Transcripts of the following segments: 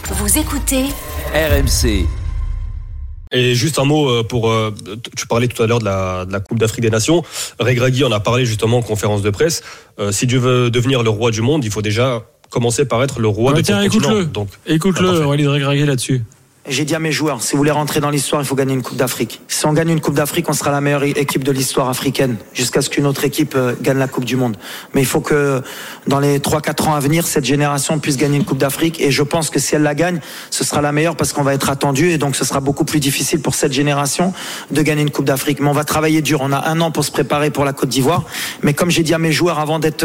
Vous écoutez RMC. Et juste un mot pour... tu parlais tout à l'heure de la Coupe d'Afrique des Nations. Regragui en a parlé justement en conférence de presse. Si Dieu veut devenir le roi du monde, il faut déjà commencer par être le roi de ton continent. Donc, écoute-le, Walid Regragui là-dessus. J'ai dit à mes joueurs, si vous voulez rentrer dans l'histoire, il faut gagner une Coupe d'Afrique. Si on gagne une Coupe d'Afrique, on sera la meilleure équipe de l'histoire africaine, jusqu'à ce qu'une autre équipe gagne la Coupe du Monde. Mais il faut que dans les 3-4 ans à venir, cette génération puisse gagner une Coupe d'Afrique. Et je pense que si elle la gagne, ce sera la meilleure parce qu'on va être attendu. Et donc ce sera beaucoup plus difficile pour cette génération de gagner une Coupe d'Afrique. Mais on va travailler dur. On a 1 an pour se préparer pour la Côte d'Ivoire. Mais comme j'ai dit à mes joueurs, avant d'être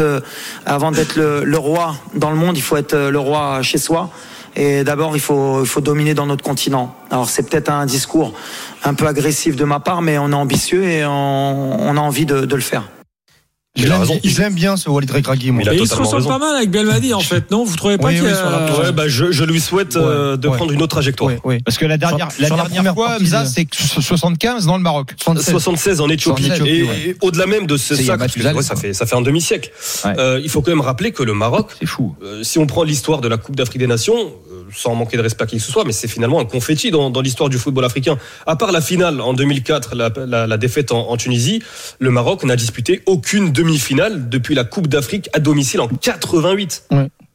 le roi dans le monde, il faut être le roi chez soi. Et d'abord, il faut dominer dans notre continent. Alors, c'est peut-être un discours un peu agressif de ma part, mais on est ambitieux et on a envie de le faire. Je l'aime bien ce Walid Regragui. Il se ressemble pas mal avec Belmadi en fait, non? Vous trouvez pas qu'il y a... je lui souhaite de prendre une autre trajectoire. Oui. Parce que la dernière fois, Hamza, c'est 75 dans le Maroc. 76 en Éthiopie. Et au-delà même de ce sacre, ça fait un demi-siècle. Il faut quand même rappeler que le Maroc, c'est fou. Si on prend l'histoire de la Coupe d'Afrique des Nations, sans manquer de respect à qui que ce soit, mais c'est finalement un confetti dans l'histoire du football africain. À part la finale en 2004, la défaite en Tunisie, le Maroc n'a disputé aucune demi-finale depuis la Coupe d'Afrique à domicile en 88.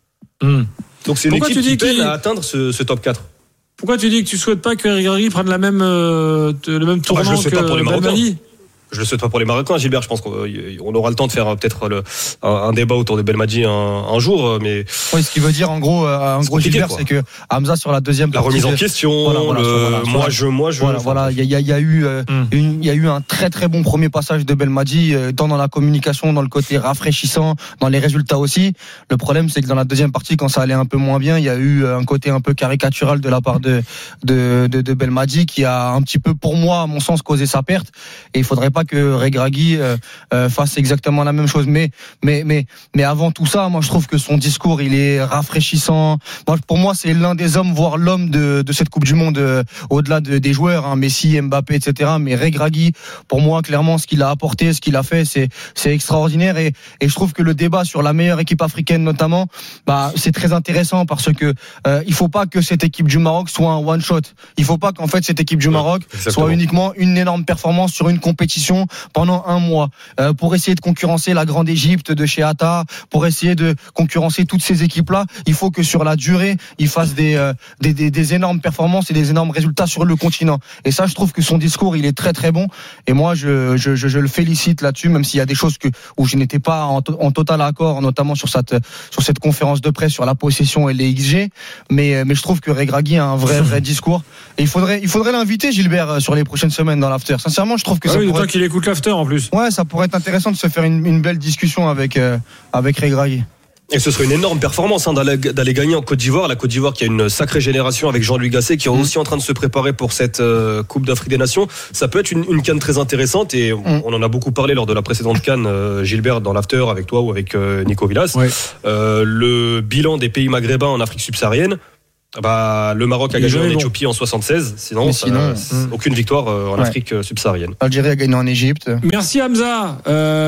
Donc c'est une équipe qui peine à atteindre ce top 4. Pourquoi tu dis que tu souhaites pas que Regragui prenne le même tournant que Belmadi? Je le souhaite pas pour les Marocains, Gilbert. Je pense qu'on aura le temps de faire peut-être un débat autour de Belmadi un jour, mais. Oui, ce qui veut dire en gros Gilbert, c'est que Hamza sur la deuxième partie. La remise en question, Voilà, il y a eu un très très bon premier passage de Belmadi, tant dans la communication, dans le côté rafraîchissant, dans les résultats aussi. Le problème, c'est que dans la deuxième partie, quand ça allait un peu moins bien, il y a eu un côté un peu caricatural de la part de Belmadi qui a un petit peu, pour moi, à mon sens, causé sa perte. Et il faudrait pas que Regragui fasse exactement la même chose, mais avant tout ça, moi je trouve que son discours il est rafraîchissant. Pour moi c'est l'un des hommes, voire l'homme de cette Coupe du Monde, au-delà des joueurs, Messi, Mbappé, etc. Mais Regragui, pour moi clairement ce qu'il a apporté, ce qu'il a fait, c'est extraordinaire et je trouve que le débat sur la meilleure équipe africaine notamment, c'est très intéressant parce que il faut pas que cette équipe du Maroc soit un one shot. Il faut pas qu'en fait cette équipe du Maroc soit uniquement une énorme performance sur une compétition pendant 1 mois pour essayer de concurrencer la grande Égypte de chez Atta, pour essayer de concurrencer toutes ces équipes-là. Il faut que sur la durée, ils fassent des énormes performances et des énormes résultats sur le continent. Et ça, je trouve que son discours, il est très très bon. Et moi, je le félicite là-dessus, même s'il y a des choses où je n'étais pas en total accord, notamment sur cette conférence de presse sur la possession et les XG. Mais je trouve que Regragui a un vrai discours. Et il faudrait l'inviter, Gilbert, sur les prochaines semaines dans l'after. Sincèrement, je trouve que ça pourrait... qu'il écoute l'after en plus. Ouais, ça pourrait être intéressant de se faire une belle discussion avec Regragui. Et ce serait une énorme performance d'aller gagner en Côte d'Ivoire. La Côte d'Ivoire qui a une sacrée génération avec Jean-Louis Gasset qui est aussi en train de se préparer pour cette Coupe d'Afrique des Nations. Ça peut être une CAN très intéressante et on en a beaucoup parlé lors de la précédente CAN, Gilbert, dans l'after avec toi ou avec Nico Villas. Ouais. Le bilan des pays maghrébins en Afrique subsaharienne. Le Maroc a gagné en Éthiopie en 76, sinon aucune victoire en Afrique subsaharienne. Algérie a gagné en Égypte. Merci Hamza.